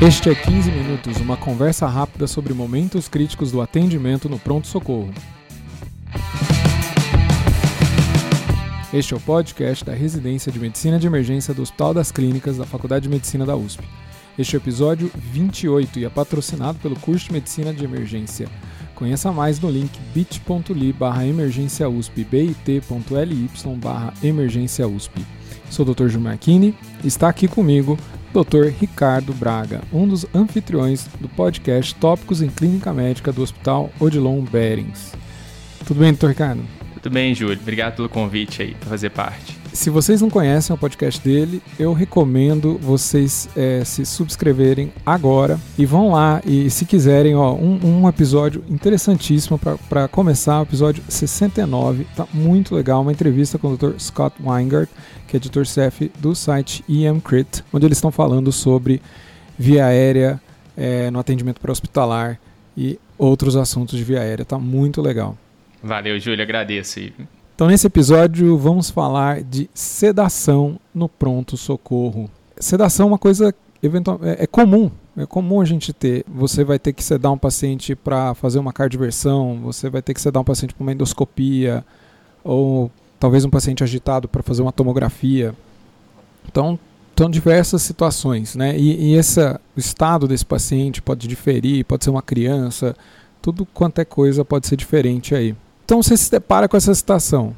Este é 15 Minutos, uma conversa rápida sobre momentos críticos do atendimento no pronto-socorro. Este é o podcast da Residência de Medicina de Emergência do Hospital das Clínicas da Faculdade de Medicina da USP. Este é o episódio 28 e é patrocinado pelo curso de Medicina de Emergência. Conheça mais no link bit.ly/emergênciausp, bit.ly/emergênciausp. Sou o Dr. Gil Marchini e está aqui comigo Dr. Ricardo Braga, um dos anfitriões do podcast Tópicos em Clínica Médica do Hospital Odilon Berens. Tudo bem, Dr. Ricardo? Tudo bem, Júlio. Obrigado pelo convite aí para fazer parte. Se vocês não conhecem o podcast dele, eu recomendo vocês se subscreverem agora e vão lá e, se quiserem, um episódio interessantíssimo para começar, o episódio 69, tá muito legal, uma entrevista com o Dr. Scott Weingart, que é editor-chefe do site EMCrit, onde eles estão falando sobre via aérea no atendimento pré-hospitalar e outros assuntos de via aérea, tá muito legal. Valeu, Júlio, agradeço aí. Então, nesse episódio, vamos falar de sedação no pronto-socorro. Sedação é uma coisa é comum a gente ter. Você vai ter que sedar um paciente para fazer uma cardioversão, você vai ter que sedar um paciente para uma endoscopia, ou talvez um paciente agitado para fazer uma tomografia. Então, são diversas situações, né? E o estado desse paciente pode diferir, pode ser uma criança, tudo quanto é coisa pode ser diferente aí. Então você se depara com essa situação.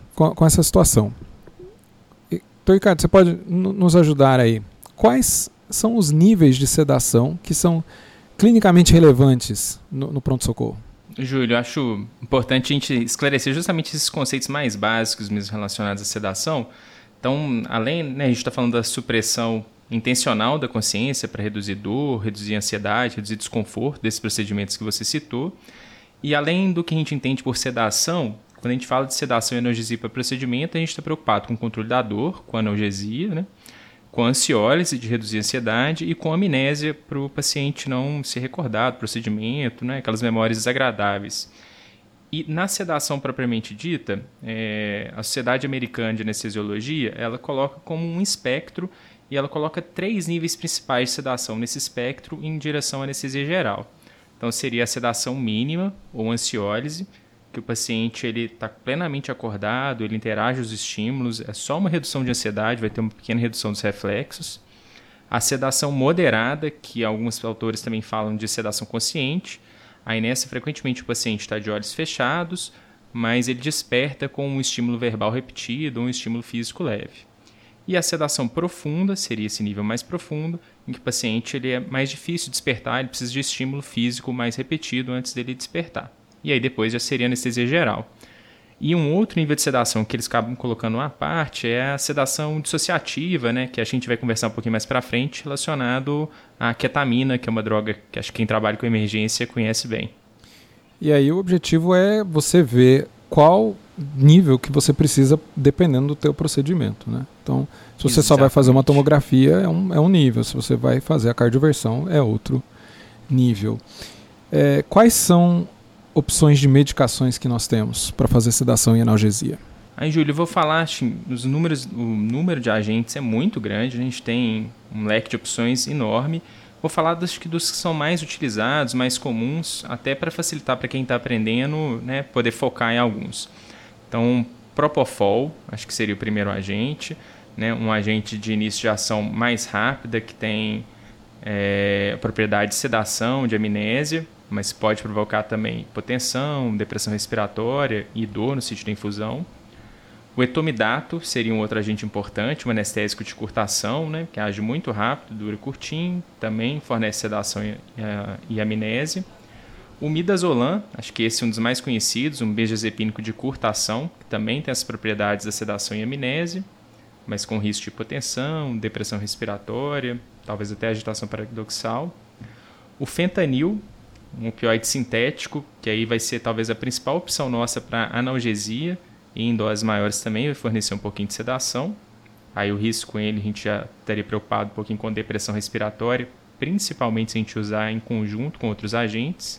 Então, Ricardo, você pode nos ajudar aí. Quais são os níveis de sedação que são clinicamente relevantes no pronto-socorro? Júlio, eu acho importante a gente esclarecer justamente esses conceitos mais básicos mesmo relacionados à sedação. Então, além, a gente está falando da supressão intencional da consciência para reduzir dor, reduzir ansiedade, reduzir desconforto desses procedimentos que você citou. E além do que a gente entende por sedação, quando a gente fala de sedação e analgesia para procedimento, a gente está preocupado com o controle da dor, com a analgesia, né? Com a ansiólise, de reduzir a ansiedade, e com a amnésia para o paciente não se recordar do procedimento, né? Aquelas memórias desagradáveis. E na sedação propriamente dita, a Sociedade Americana de Anestesiologia, ela coloca como um espectro, e ela coloca 3 níveis principais de sedação nesse espectro em direção à anestesia geral. Então, seria a sedação mínima, ou ansiólise, que o paciente está plenamente acordado, ele interage os estímulos, é só uma redução de ansiedade, vai ter uma pequena redução dos reflexos. A sedação moderada, que alguns autores também falam de sedação consciente. Aí nessa, frequentemente, o paciente está de olhos fechados, mas ele desperta com um estímulo verbal repetido ou um estímulo físico leve. E a sedação profunda seria esse nível mais profundo, em que o paciente é mais difícil de despertar, ele precisa de estímulo físico mais repetido antes dele despertar. E aí depois já seria anestesia geral. E um outro nível de sedação que eles acabam colocando à parte é a sedação dissociativa, né, que a gente vai conversar um pouquinho mais para frente, relacionado à ketamina, que é uma droga que acho que quem trabalha com emergência conhece bem. E aí o objetivo é você ver qual nível que você precisa dependendo do teu procedimento, né? Então, se você só vai fazer uma tomografia, é um nível. Se você vai fazer a cardioversão, é outro nível. Quais são opções de medicações que nós temos para fazer sedação e analgesia? Aí, Júlio, eu vou falar, o número de agentes é muito grande, a gente tem um leque de opções enorme. Vou falar dos que são mais utilizados, mais comuns, até para facilitar para quem está aprendendo, né, poder focar em alguns. Então, Propofol, acho que seria o primeiro agente, né, um agente de início de ação mais rápida, que tem propriedade de sedação, de amnésia, mas pode provocar também hipotensão, depressão respiratória e dor no sítio da infusão. O etomidato seria um outro agente importante, um anestésico de curta ação, né, que age muito rápido, dura curtinho, também fornece sedação e amnésia. O midazolam, acho que esse é um dos mais conhecidos, um benzodiazepínico de curta ação, que também tem as propriedades da sedação e amnésia, mas com risco de hipotensão, depressão respiratória, talvez até agitação paradoxal. O fentanil, um opioide sintético, que aí vai ser talvez a principal opção nossa para analgesia, e em doses maiores também vai fornecer um pouquinho de sedação. Aí o risco com ele a gente já estaria preocupado um pouquinho com depressão respiratória, principalmente se a gente usar em conjunto com outros agentes.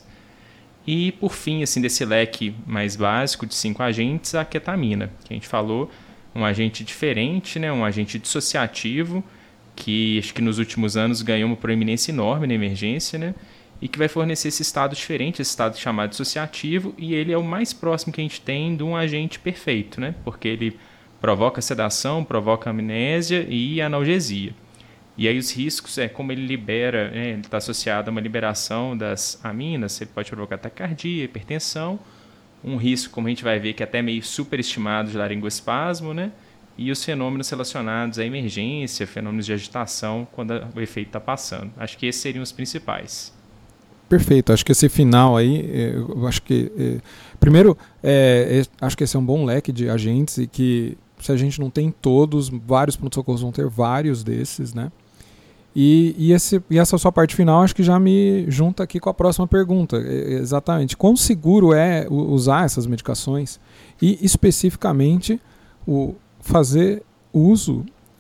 E por fim, assim, desse leque mais básico de 5 agentes, a ketamina, que a gente falou, um agente diferente, né, um agente dissociativo, que acho que nos últimos anos ganhou uma proeminência enorme na emergência, né? E que vai fornecer esse estado diferente, esse estado chamado dissociativo, e ele é o mais próximo que a gente tem de um agente perfeito, né? Porque ele provoca sedação, provoca amnésia e analgesia. E aí os riscos como ele libera, né, ele está associado a uma liberação das aminas, ele pode provocar taquicardia, hipertensão, um risco, como a gente vai ver, que é até meio superestimado de laringoespasmo, né? E os fenômenos relacionados à emergência, fenômenos de agitação, quando o efeito está passando. Acho que esses seriam os principais. Perfeito, acho que esse final aí, eu acho que, primeiro, acho que esse é um bom leque de agentes e que se a gente não tem todos, vários pronto-socorros vão ter vários desses, né? E essa sua parte final acho que já me junta aqui com a próxima pergunta, exatamente, quão seguro é usar essas medicações e especificamente fazer uso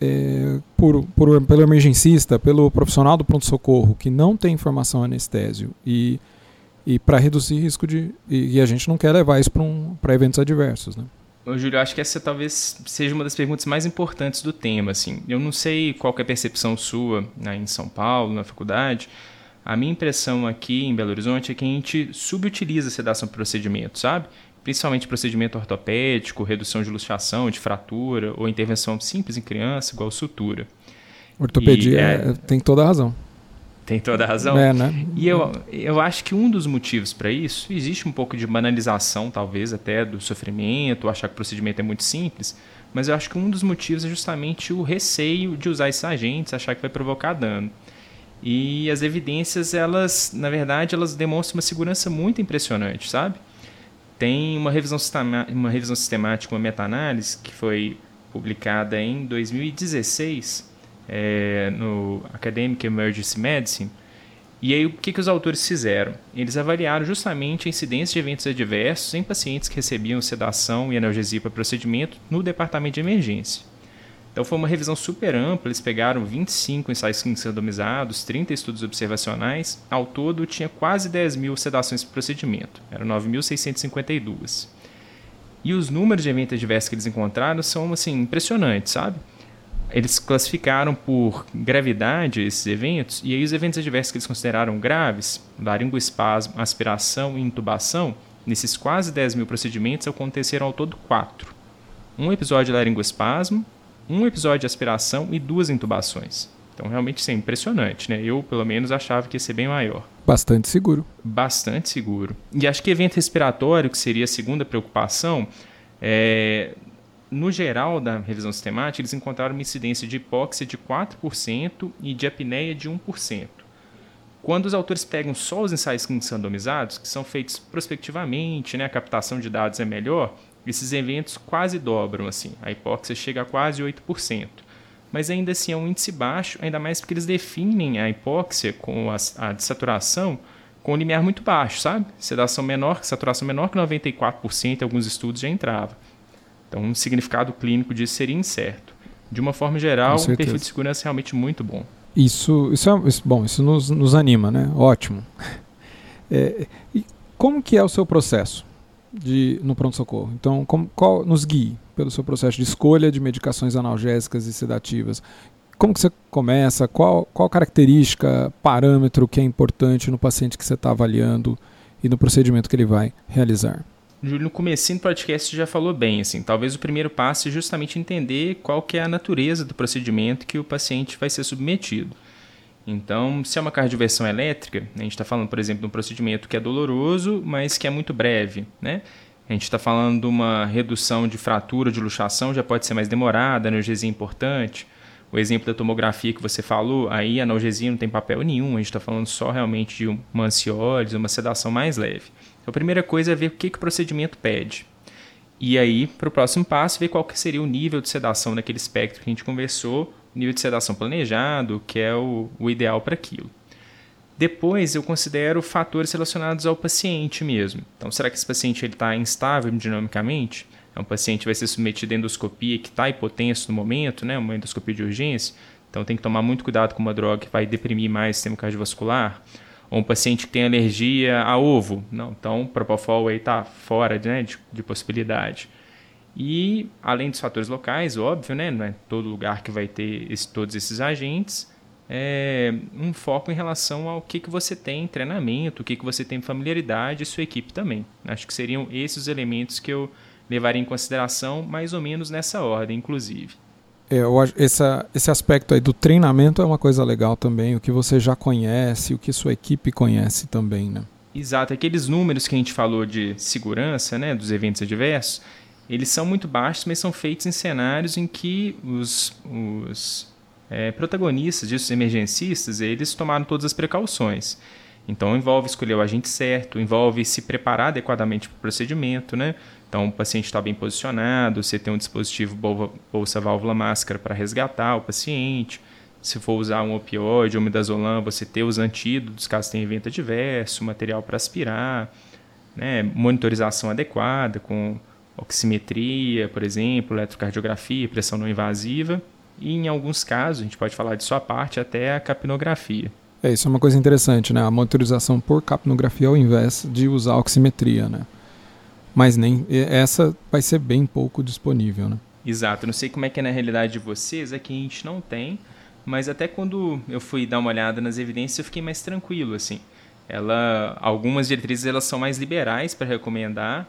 pelo emergencista, pelo profissional do pronto-socorro que não tem formação em anestésio e para reduzir risco e a gente não quer levar isso para eventos adversos, né? Ô, Júlio, acho que essa talvez seja uma das perguntas mais importantes do tema. Assim. Eu não sei qual que é a percepção sua em São Paulo, na faculdade. A minha impressão aqui em Belo Horizonte é que a gente subutiliza a sedação por procedimento, sabe? Principalmente procedimento ortopédico, redução de luxação, de fratura, ou intervenção simples em criança, igual sutura. Ortopedia tem toda a razão. Tem toda a razão. Né? E eu acho que um dos motivos para isso, existe um pouco de banalização, talvez, até do sofrimento, achar que o procedimento é muito simples, mas eu acho que um dos motivos é justamente o receio de usar esses agentes, achar que vai provocar dano. E as evidências, na verdade, elas demonstram uma segurança muito impressionante, sabe? Tem uma revisão sistemática, uma meta-análise, que foi publicada em 2016, no Academic Emergency Medicine. E aí o que os autores fizeram? Eles avaliaram justamente a incidência de eventos adversos em pacientes que recebiam sedação e analgesia para procedimento no departamento de emergência. Então foi uma revisão super ampla, eles pegaram 25 ensaios clínicos randomizados, 30 estudos observacionais, ao todo tinha quase 10 mil sedações por procedimento, eram 9.652. E os números de eventos adversos que eles encontraram são assim, impressionantes, sabe? Eles classificaram por gravidade esses eventos, e aí os eventos adversos que eles consideraram graves, laringoespasmo, aspiração e intubação, nesses quase 10 mil procedimentos aconteceram ao todo 4. Um episódio de laringoespasmo, um episódio de aspiração e 2 intubações. Então realmente isso é impressionante, né? Eu pelo menos achava que ia ser bem maior. Bastante seguro. Bastante seguro. E acho que evento respiratório, que seria a segunda preocupação, no geral da revisão sistemática, eles encontraram uma incidência de hipóxia de 4% e de apneia de 1%. Quando os autores pegam só os ensaios clínicos randomizados, que são feitos prospectivamente, né, a captação de dados é melhor, esses eventos quase dobram, assim, a hipóxia chega a quase 8%. Mas ainda assim é um índice baixo, ainda mais porque eles definem a hipóxia com a dessaturação com um limiar muito baixo, sabe? Saturação menor que 94%, em alguns estudos já entrava. Então, um significado clínico disso seria incerto. De uma forma geral, um perfil de segurança é realmente muito bom. Isso nos anima, né? Ótimo. E como que é o seu processo no pronto-socorro? Então, nos guie pelo seu processo de escolha de medicações analgésicas e sedativas. Como que você começa? Qual característica, parâmetro que é importante no paciente que você está avaliando e no procedimento que ele vai realizar? Júlio, no comecinho do podcast você já falou bem, assim, talvez o primeiro passo é justamente entender qual que é a natureza do procedimento que o paciente vai ser submetido. Então, se é uma cardioversão elétrica, a gente está falando, por exemplo, de um procedimento que é doloroso, mas que é muito breve, né? A gente está falando de uma redução de fratura, de luxação, já pode ser mais demorada, a analgesia é importante. O exemplo da tomografia que você falou, aí a analgesia não tem papel nenhum, a gente está falando só realmente de uma ansiólise, uma sedação mais leve. Então, a primeira coisa é ver o que o procedimento pede. E aí, para o próximo passo, ver qual que seria o nível de sedação naquele espectro que a gente conversou, o nível de sedação planejado, que é o ideal para aquilo. Depois, eu considero fatores relacionados ao paciente mesmo. Então, será que esse paciente está instável hemodinamicamente? É um paciente que vai ser submetido à endoscopia que está hipotenso no momento, né? Uma endoscopia de urgência. Então, tem que tomar muito cuidado com uma droga que vai deprimir mais o sistema cardiovascular. Ou um paciente que tem alergia a ovo. Não, então, o Propofol está fora, né, de possibilidade. E, além dos fatores locais, óbvio, né? Não é todo lugar que vai ter todos esses agentes, um foco em relação ao que você tem em treinamento, o que você tem em familiaridade e sua equipe também. Acho que seriam esses os elementos que eu levaria em consideração, mais ou menos nessa ordem, inclusive. Esse aspecto aí do treinamento é uma coisa legal também, o que você já conhece, o que sua equipe conhece também, né? Exato, aqueles números que a gente falou de segurança, né, dos eventos adversos, eles são muito baixos, mas são feitos em cenários em que os protagonistas disso, os emergencistas, eles tomaram todas as precauções. Então, envolve escolher o agente certo, envolve se preparar adequadamente para o procedimento, né? Então, o paciente está bem posicionado, você tem um dispositivo bolsa, válvula, máscara para resgatar o paciente. Se for usar um opioide ou midazolam, você ter os antídotos, caso tenha evento adverso, material para aspirar, né? Monitorização adequada com oximetria, por exemplo, eletrocardiografia, pressão não invasiva. E, em alguns casos, a gente pode falar de sua parte, até a capnografia. Isso é uma coisa interessante, né? A monitorização por capnografia ao invés de usar a oximetria, né? Mas essa vai ser bem pouco disponível, né? Exato. Não sei como é que é na realidade de vocês, aqui a gente não tem, mas até quando eu fui dar uma olhada nas evidências, eu fiquei mais tranquilo, assim. Algumas diretrizes elas são mais liberais para recomendar,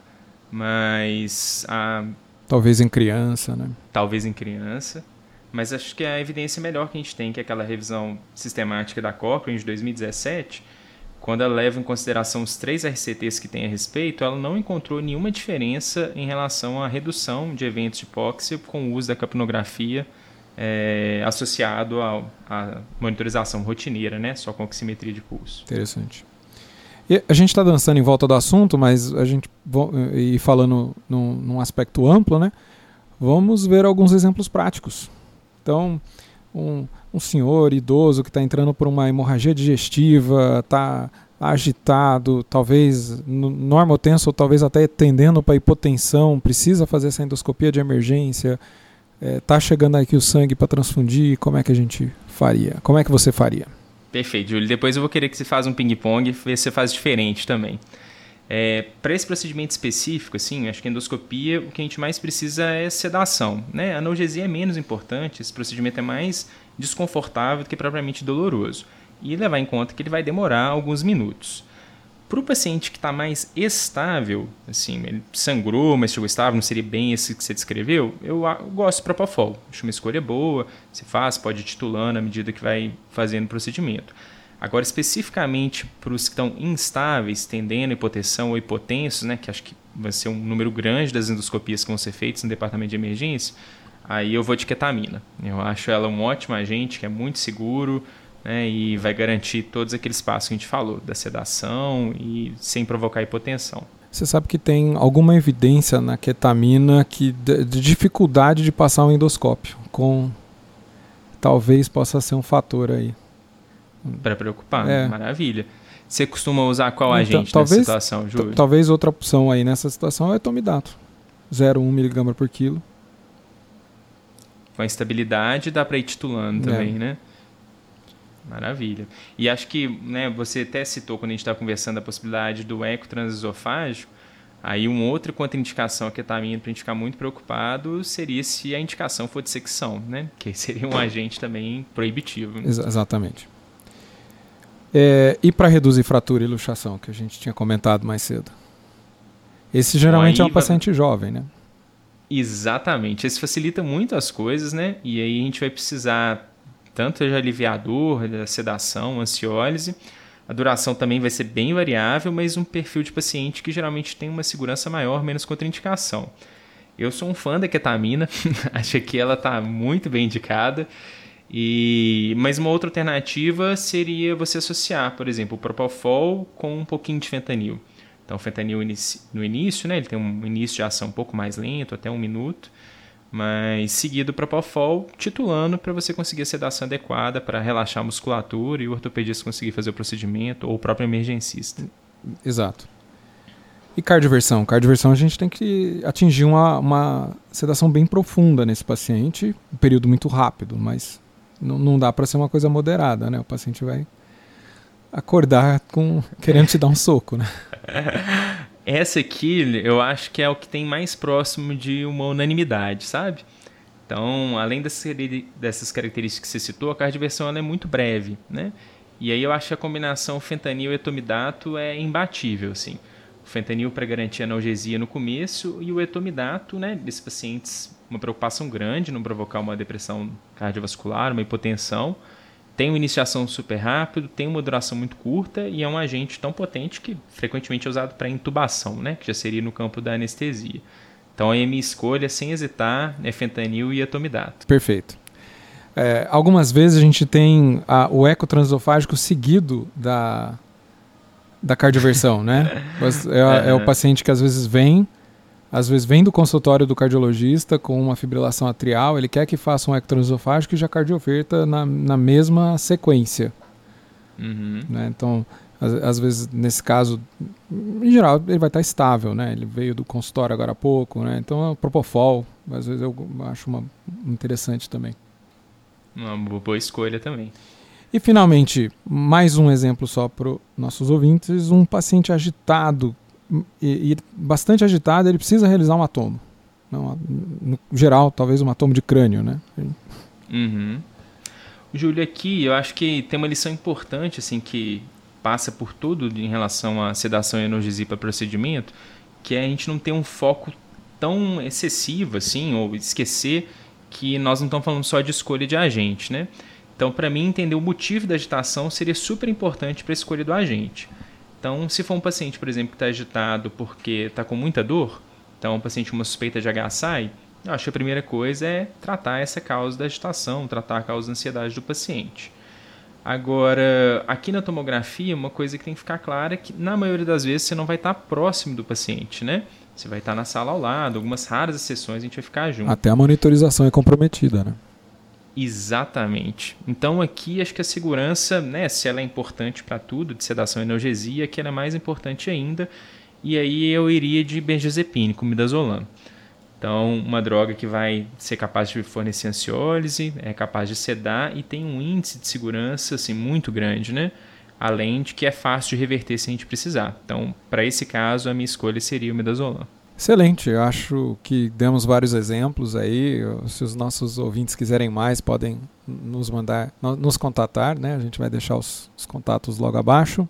mas talvez em criança, né? Talvez em criança. Mas acho que a evidência melhor que a gente tem, que é aquela revisão sistemática da Cochrane de 2017, quando ela leva em consideração os 3 RCTs que tem a respeito, ela não encontrou nenhuma diferença em relação à redução de eventos de hipóxia com o uso da capnografia associado à monitorização rotineira, né? Só com oximetria de pulso. Interessante. E a gente está dançando em volta do assunto, mas e falando num aspecto amplo, né? Vamos ver alguns exemplos práticos. Então, um senhor idoso que está entrando por uma hemorragia digestiva, está agitado, talvez normotenso ou talvez até tendendo para hipotensão, precisa fazer essa endoscopia de emergência, está chegando aqui o sangue para transfundir, como é que a gente faria? Como é que você faria? Perfeito, Júlio. Depois eu vou querer que você faça um ping-pong e ver se você faz diferente também. Para esse procedimento específico, assim, acho que a endoscopia, o que a gente mais precisa é sedação, né? A analgesia é menos importante, esse procedimento é mais desconfortável do que propriamente doloroso. E levar em conta que ele vai demorar alguns minutos. Para o paciente que está mais estável, assim, ele sangrou, mas chegou estável, não seria bem esse que você descreveu, eu gosto de Propofol. Acho uma escolha boa, você pode ir titulando à medida que vai fazendo o procedimento. Agora, especificamente para os que estão instáveis, tendendo hipotensão ou hipotensos, né, que acho que vai ser um número grande das endoscopias que vão ser feitas no departamento de emergência, aí eu vou de ketamina. Eu acho ela um ótimo agente, que é muito seguro, né, e vai garantir todos aqueles passos que a gente falou, da sedação e sem provocar hipotensão. Você sabe que tem alguma evidência na ketamina de dificuldade de passar um endoscópio, talvez possa ser um fator aí. Para preocupar, maravilha. Você costuma usar qual agente nessa situação, Júlio? Talvez outra opção aí nessa situação é etomidato, 0,1 mg por quilo. Com a estabilidade dá para ir titulando também, né? Maravilha. E acho que, né, você até citou quando a gente estava conversando a possibilidade do eco transesofágico. Aí uma outra contraindicação à ketamina para a gente ficar muito preocupado seria se a indicação for de secção, né? Que seria um agente também proibitivo. Exatamente. E para reduzir fratura e luxação, que a gente tinha comentado mais cedo? Esse geralmente é um paciente jovem, né? Exatamente. Esse facilita muito as coisas, né? E aí a gente vai precisar tanto de aliviador, da sedação, ansiólise. A duração também vai ser bem variável, mas um perfil de paciente que geralmente tem uma segurança maior, menos contraindicação. Eu sou um fã da ketamina, acho que ela está muito bem indicada. Mas uma outra alternativa seria você associar, por exemplo, o Propofol com um pouquinho de fentanil. Então, o fentanil no início, né, ele tem um início de ação um pouco mais lento, até 1 minuto, mas seguido o Propofol, titulando para você conseguir a sedação adequada para relaxar a musculatura e o ortopedista conseguir fazer o procedimento ou o próprio emergencista. Exato. E cardioversão? Cardioversão a gente tem que atingir uma sedação bem profunda nesse paciente, um período muito rápido, mas não dá para ser uma coisa moderada, né? O paciente vai acordar querendo te dar um soco, né? Essa aqui, eu acho que é o que tem mais próximo de uma unanimidade, sabe? Então, além dessas características que você citou, a cardioversão ela é muito breve, né? E aí eu acho que a combinação fentanil e etomidato é imbatível, assim. O fentanil para garantir analgesia no começo e o etomidato, né? Desses pacientes, uma preocupação grande, não provocar uma depressão cardiovascular, uma hipotensão. Tem uma iniciação super rápido, tem uma duração muito curta e é um agente tão potente que frequentemente é usado para intubação, né? Que já seria no campo da anestesia. Então, aí a minha escolha, sem hesitar, é fentanil e etomidato. Perfeito. Algumas vezes a gente tem o eco transesofágico seguido da cardioversão, né? É o paciente que às vezes vem do consultório do cardiologista com uma fibrilação atrial, ele quer que faça um eco transesofágico e já cardioverta na mesma sequência. Uhum. Né? Então, às vezes, nesse caso, em geral, ele vai estar estável, né? Ele veio do consultório agora há pouco, né? Então, é o Propofol, às vezes eu acho interessante também. Uma boa escolha também. E, finalmente, mais um exemplo só para os nossos ouvintes, um paciente agitado, e bastante agitado, ele precisa realizar um atomo. No geral, talvez um atomo de crânio, né? Uhum. Júlio, aqui eu acho que tem uma lição importante, assim, que passa por tudo em relação à sedação e analgesia para procedimento, que é a gente não ter um foco tão excessivo, assim, ou esquecer que nós não estamos falando só de escolha de agente, né? Então, para mim, entender o motivo da agitação seria super importante para a escolha do agente. Então, se for um paciente, por exemplo, que está agitado porque está com muita dor, então um paciente com uma suspeita de HSI, eu acho que a primeira coisa é tratar essa causa da agitação, tratar a causa da ansiedade do paciente. Agora, aqui na tomografia, uma coisa que tem que ficar clara é que, na maioria das vezes, você não vai estar próximo do paciente, né? Você vai estar na sala ao lado, algumas raras exceções a gente vai ficar junto. Até a monitorização é comprometida, né? Exatamente. Então aqui acho que a segurança, né, se ela é importante para tudo, de sedação e analgesia, que ela é mais importante ainda, e aí eu iria de benzodiazepina, com midazolam. Então, uma droga que vai ser capaz de fornecer ansiólise, é capaz de sedar e tem um índice de segurança assim, muito grande, né? Além de que é fácil de reverter se a gente precisar. Então, para esse caso, a minha escolha seria o midazolam. Excelente, eu acho que demos vários exemplos aí. Se os nossos ouvintes quiserem mais, podem nos contatar, né? A gente vai deixar os contatos logo abaixo.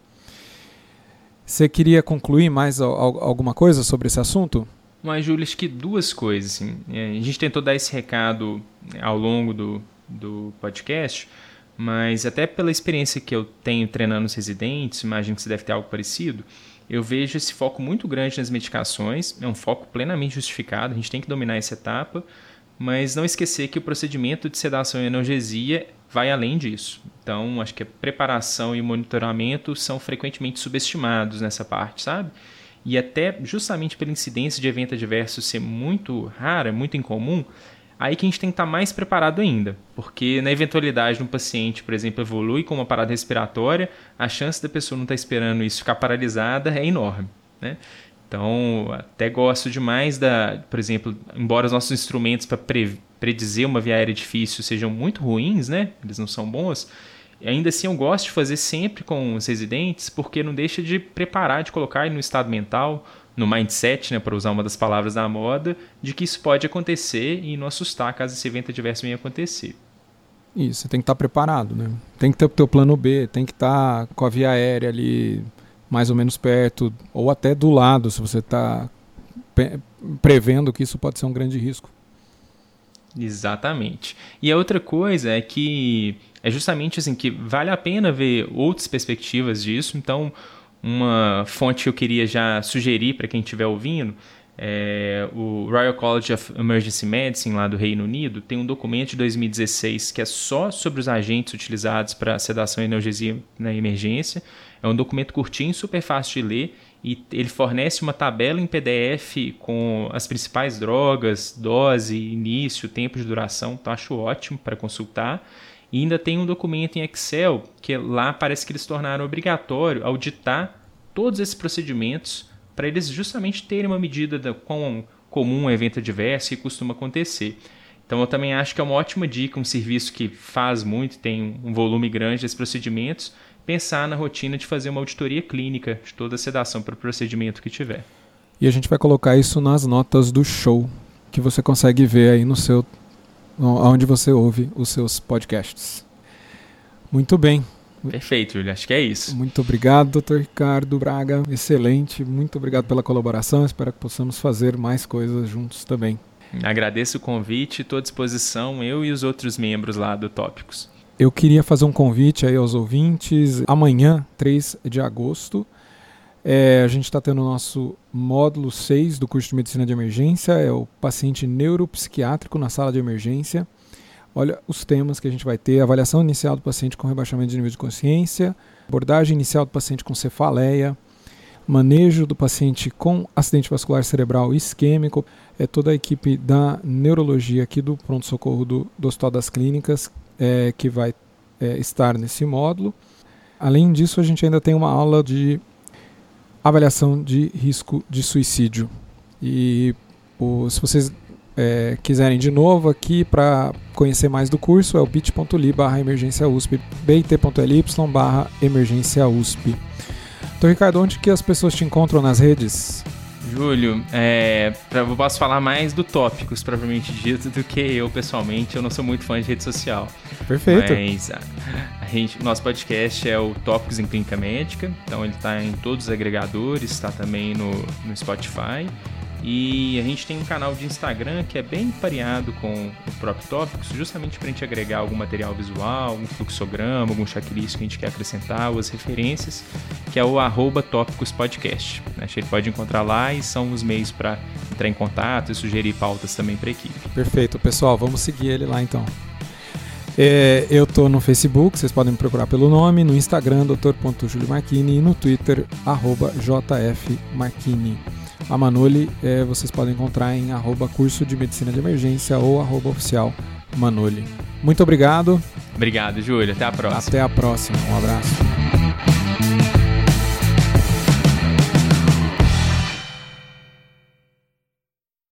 Você queria concluir mais alguma coisa sobre esse assunto? Mas, Júlio, acho que duas coisas. Assim. A gente tentou dar esse recado ao longo do podcast, mas até pela experiência que eu tenho treinando os residentes, imagino que você deve ter algo parecido, eu vejo esse foco muito grande nas medicações, é um foco plenamente justificado, a gente tem que dominar essa etapa, mas não esquecer que o procedimento de sedação e analgesia vai além disso. Então, acho que a preparação e o monitoramento são frequentemente subestimados nessa parte, sabe? E até justamente pela incidência de evento adverso ser muito rara, muito incomum, aí que a gente tem que estar mais preparado ainda. Porque na eventualidade de um paciente, por exemplo, evolui com uma parada respiratória, a chance da pessoa não estar esperando isso ficar paralisada é enorme, né? Então, até gosto demais por exemplo, embora os nossos instrumentos para predizer uma via aérea difícil sejam muito ruins, né? Eles não são bons. Ainda assim, eu gosto de fazer sempre com os residentes, porque não deixa de preparar, de colocar no estado mental, no mindset, né, para usar uma das palavras da moda, de que isso pode acontecer e não assustar caso esse evento adverso venha acontecer. Isso, você tem que estar preparado, né? Tem que ter o teu plano B, tem que estar com a via aérea ali mais ou menos perto, ou até do lado, se você está prevendo que isso pode ser um grande risco. Exatamente. E a outra coisa é que é justamente assim que vale a pena ver outras perspectivas disso. Então, uma fonte que eu queria já sugerir para quem estiver ouvindo é o Royal College of Emergency Medicine, lá do Reino Unido, tem um documento de 2016 que é só sobre os agentes utilizados para sedação e analgesia na emergência. É um documento curtinho, super fácil de ler, e ele fornece uma tabela em PDF com as principais drogas, dose, início, tempo de duração. Então, acho ótimo para consultar. E ainda tem um documento em Excel que lá parece que eles tornaram obrigatório auditar todos esses procedimentos para eles justamente terem uma medida de quão comum um evento adverso que costuma acontecer. Então, eu também acho que é uma ótima dica, um serviço que faz muito, tem um volume grande desses procedimentos, pensar na rotina de fazer uma auditoria clínica de toda a sedação para o procedimento que tiver. E a gente vai colocar isso nas notas do show, que você consegue ver aí onde você ouve os seus podcasts. Muito bem. Perfeito, Júlio. Acho que é isso. Muito obrigado, Dr. Ricardo Braga. Excelente. Muito obrigado pela colaboração. Espero que possamos fazer mais coisas juntos também. Agradeço o convite. Estou à disposição, eu e os outros membros lá do Tópicos. Eu queria fazer um convite aí aos ouvintes. Amanhã, 3 de agosto, a gente está tendo o nosso módulo 6 do curso de Medicina de Emergência. É o paciente neuropsiquiátrico na sala de emergência. Olha os temas que a gente vai ter: avaliação inicial do paciente com rebaixamento de nível de consciência, abordagem inicial do paciente com cefaleia, manejo do paciente com acidente vascular cerebral isquêmico. É toda a equipe da neurologia aqui do pronto-socorro do Hospital das Clínicas que vai estar nesse módulo. Além disso, a gente ainda tem uma aula de avaliação de risco de suicídio. E se vocês quiserem de novo aqui para conhecer mais do curso, é o bit.ly/emergência-USP, bit.ly/emergência-USP. Então, Ricardo, onde que as pessoas te encontram nas redes? Júlio, eu posso falar mais do Tópicos, propriamente dito, do que eu pessoalmente. Eu não sou muito fã de rede social. Perfeito. Mas nosso podcast é o Tópicos em Clínica Médica, então ele está em todos os agregadores, está também no Spotify. E a gente tem um canal de Instagram que é bem pareado com o próprio Tópicos, justamente para a gente agregar algum material visual, algum fluxograma, algum checklist que a gente quer acrescentar, ou as referências, que é o @tópicospodcast. Acho que ele pode encontrar lá e são os meios para entrar em contato e sugerir pautas também para a equipe. Perfeito, pessoal, vamos seguir ele lá então. Eu estou no Facebook, vocês podem me procurar pelo nome, no Instagram, dr.juliomarchini, e no Twitter, @jfmarchini. A Manoli vocês podem encontrar em @curso de medicina de emergência ou @oficial Manoli. Muito obrigado. Obrigado, Júlio. Até a próxima. Até a próxima. Um abraço.